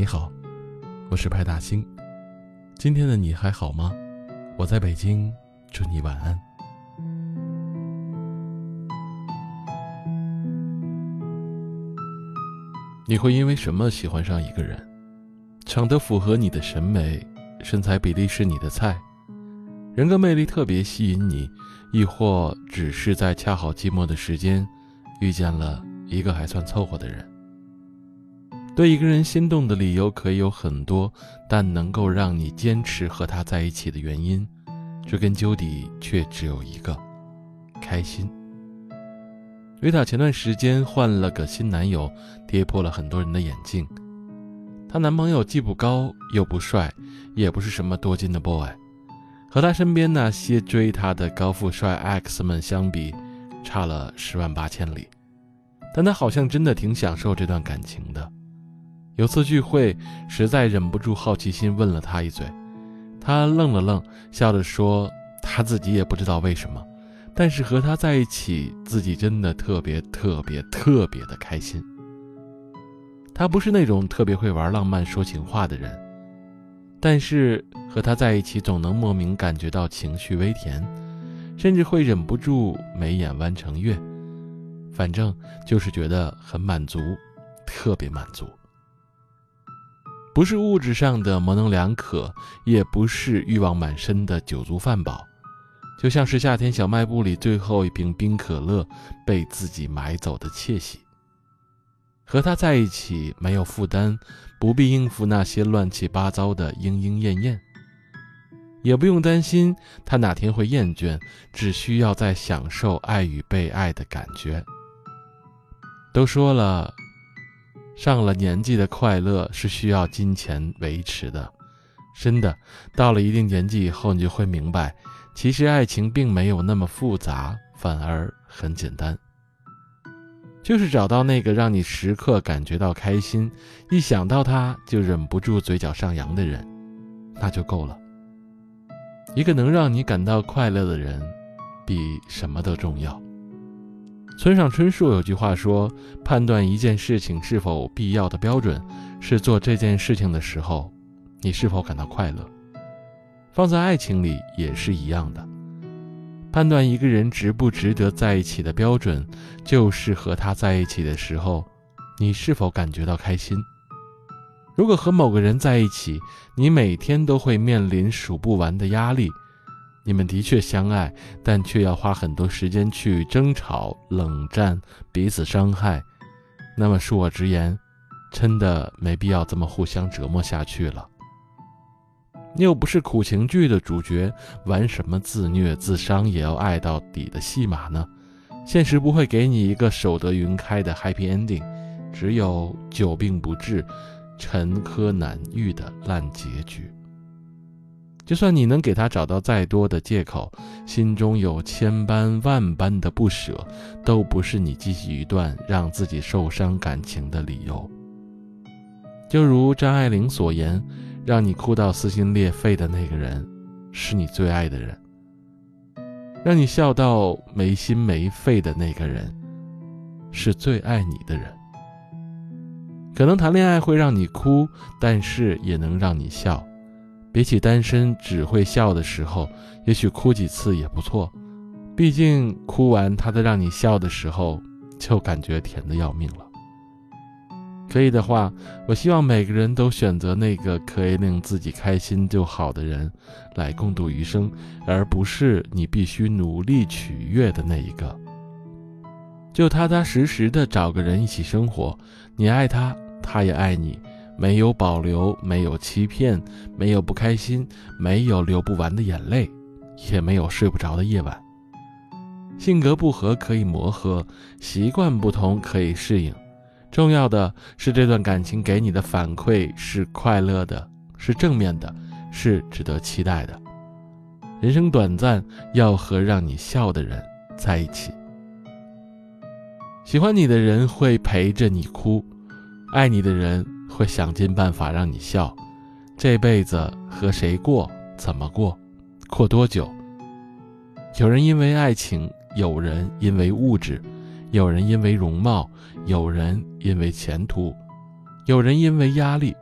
你好，我是派大星。今天的你还好吗？我在北京，祝你晚安。你会因为什么喜欢上一个人？长得符合你的审美，身材比例是你的菜，人格魅力特别吸引你，亦或只是在恰好寂寞的时间遇见了一个还算凑合的人。对一个人心动的理由可以有很多，但能够让你坚持和他在一起的原因，追根究底却只有一个：开心。维塔前段时间换了个新男友，跌破了很多人的眼镜。她男朋友既不高又不帅，也不是什么多金的 boy， 和她身边那些追她的高富帅 X 们相比，差了10万8千里。但她好像真的挺享受这段感情的。有次聚会，实在忍不住好奇心问了他一嘴，他愣了愣，笑着说他自己也不知道为什么，但是和他在一起，自己真的特别的开心。他不是那种特别会玩浪漫说情话的人，但是和他在一起总能莫名感觉到情绪微甜，甚至会忍不住眉眼弯成月，反正就是觉得很满足，特别满足。不是物质上的模棱两可，也不是欲望满身的酒足饭饱，就像是夏天小卖部里最后一瓶冰可乐被自己买走的窃喜。和他在一起没有负担，不必应付那些乱七八糟的莺莺燕燕，也不用担心他哪天会厌倦，只需要在享受爱与被爱的感觉。都说了，上了年纪的快乐是需要金钱维持的，真的，到了一定年纪以后，你就会明白，其实爱情并没有那么复杂，反而很简单。就是找到那个让你时刻感觉到开心，一想到他就忍不住嘴角上扬的人，那就够了。一个能让你感到快乐的人，比什么都重要。村上春树有句话说，判断一件事情是否必要的标准，是做这件事情的时候，你是否感到快乐。放在爱情里也是一样的，判断一个人值不值得在一起的标准，就是和他在一起的时候，你是否感觉到开心。如果和某个人在一起，你每天都会面临数不完的压力，你们的确相爱，但却要花很多时间去争吵、冷战、彼此伤害，那么恕我直言，真的没必要这么互相折磨下去了。你又不是苦情剧的主角，玩什么自虐自伤也要爱到底的戏码呢？现实不会给你一个守得云开的 happy ending， 只有久病不治、沉疴难愈的烂结局。就算你能给他找到再多的借口，心中有千般万般的不舍，都不是你继续一段让自己受伤感情的理由。就如张爱玲所言，让你哭到撕心裂肺的那个人，是你最爱的人；让你笑到没心没肺的那个人，是最爱你的人。可能谈恋爱会让你哭，但是也能让你笑。比起单身只会笑的时候，也许哭几次也不错，毕竟哭完他在让你笑的时候，就感觉甜得要命了。可以的话，我希望每个人都选择那个可以令自己开心就好的人来共度余生，而不是你必须努力取悦的那一个。就踏踏实实的找个人一起生活，你爱他，他也爱你，没有保留，没有欺骗，没有不开心，没有流不完的眼泪，也没有睡不着的夜晚。性格不合可以磨合，习惯不同可以适应，重要的是这段感情给你的反馈是快乐的，是正面的，是值得期待的。人生短暂，要和让你笑的人在一起。喜欢你的人会陪着你哭，爱你的人会想尽办法让你笑。这辈子和谁过，怎么过，过多久？有人因为爱情，有人因为物质，有人因为容貌，有人因为前途，有人因为压力，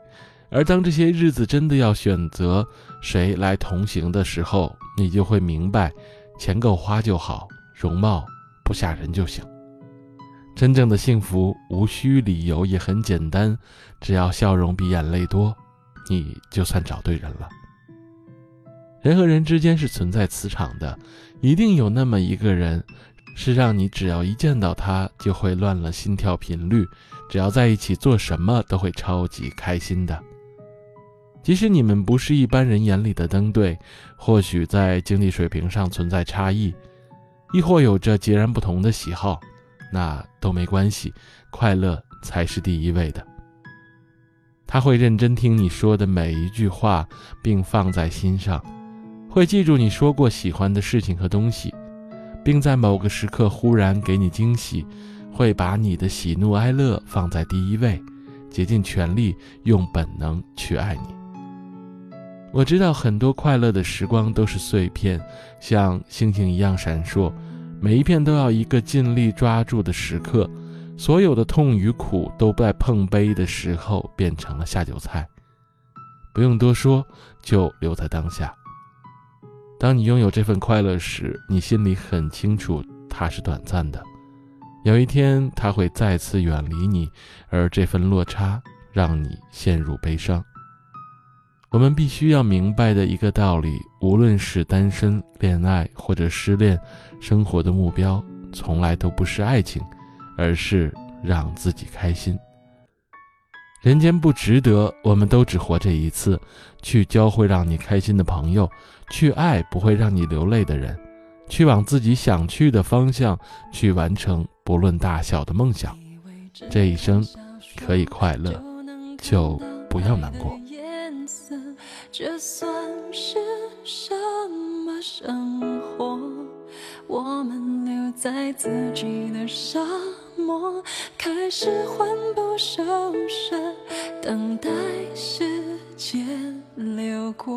而当这些日子真的要选择谁来同行的时候，你就会明白，钱够花就好，容貌不吓人就行。真正的幸福无需理由，也很简单，只要笑容比眼泪多，你就算找对人了。人和人之间是存在磁场的，一定有那么一个人，是让你只要一见到他就会乱了心跳频率，只要在一起做什么都会超级开心的。即使你们不是一般人眼里的登对，或许在经济水平上存在差异，亦或有着截然不同的喜好，那都没关系，快乐才是第一位的。他会认真听你说的每一句话，并放在心上，会记住你说过喜欢的事情和东西，并在某个时刻忽然给你惊喜，会把你的喜怒哀乐放在第一位，竭尽全力用本能去爱你。我知道很多快乐的时光都是碎片，像星星一样闪烁，每一片都要一个尽力抓住的时刻，所有的痛与苦都在碰杯的时候变成了下酒菜。不用多说，就留在当下。当你拥有这份快乐时，你心里很清楚它是短暂的，有一天它会再次远离你，而这份落差让你陷入悲伤。我们必须要明白的一个道理，无论是单身、恋爱或者失恋，生活的目标从来都不是爱情，而是让自己开心。人间不值得，我们都只活这一次，去交会让你开心的朋友，去爱不会让你流泪的人，去往自己想去的方向，去完成不论大小的梦想。这一生可以快乐，就不要难过。 这算是什么生活？我们留在自己的沙漠，开始魂不守舍，等待时间流过。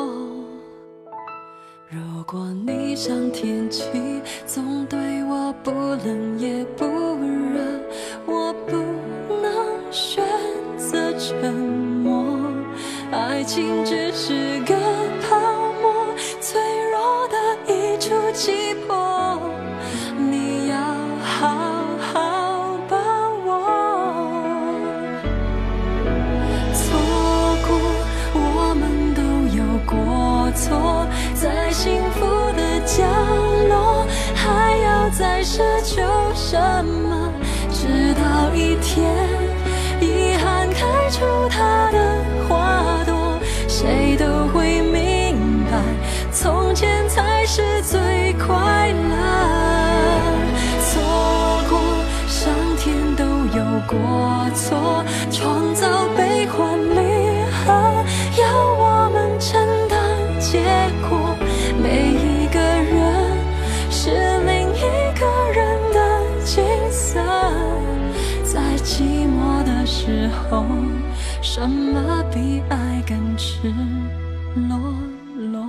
如果你像天气，总对我不冷也不热，我不能选择沉默。爱情只是个泡沫，脆弱的一触即破，你要好好把握。错过，我们都有过错，在幸福的角落，还要再奢求什么？直到一天，遗憾开出它的花朵，谁都会明白，从前才是最快乐。错过，上天都有过错，创造悲欢离合，要我们承担结果。每一个人是另一个人的景色，在寂寞的时候，什么比爱更赤裸裸？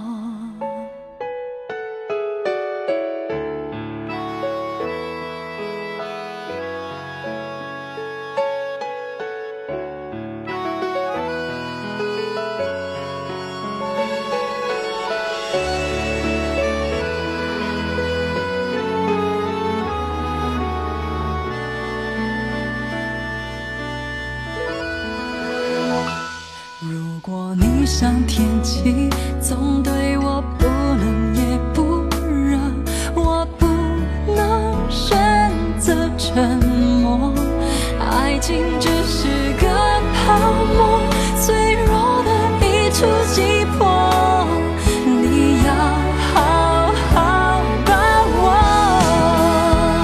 如果你像天气，总对我不冷也不热，我不能选择沉默。爱情只是个泡沫，脆弱的一触即破，你要好好把握。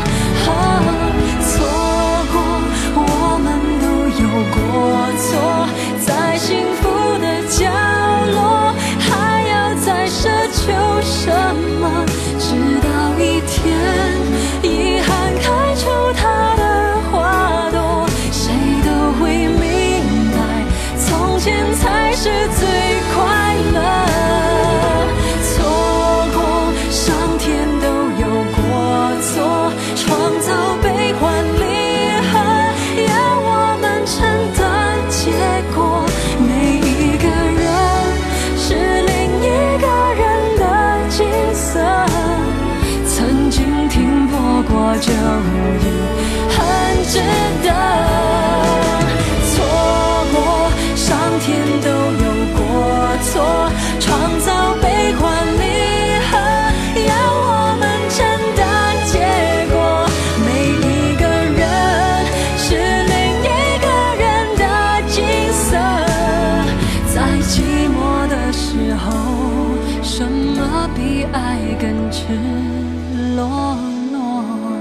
错过，我们都有过错，在幸福的角落，还要再奢求什么？直到一天，遗憾开出它的花朵，谁都过就已很值得。错过，上天都有过错，创造悲欢离合，要我们承担结果。每一个人是另一个人的景色，在寂寞的时候，什么比爱更赤裸裸？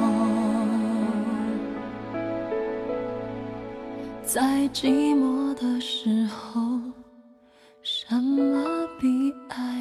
在寂寞的时候，什么比爱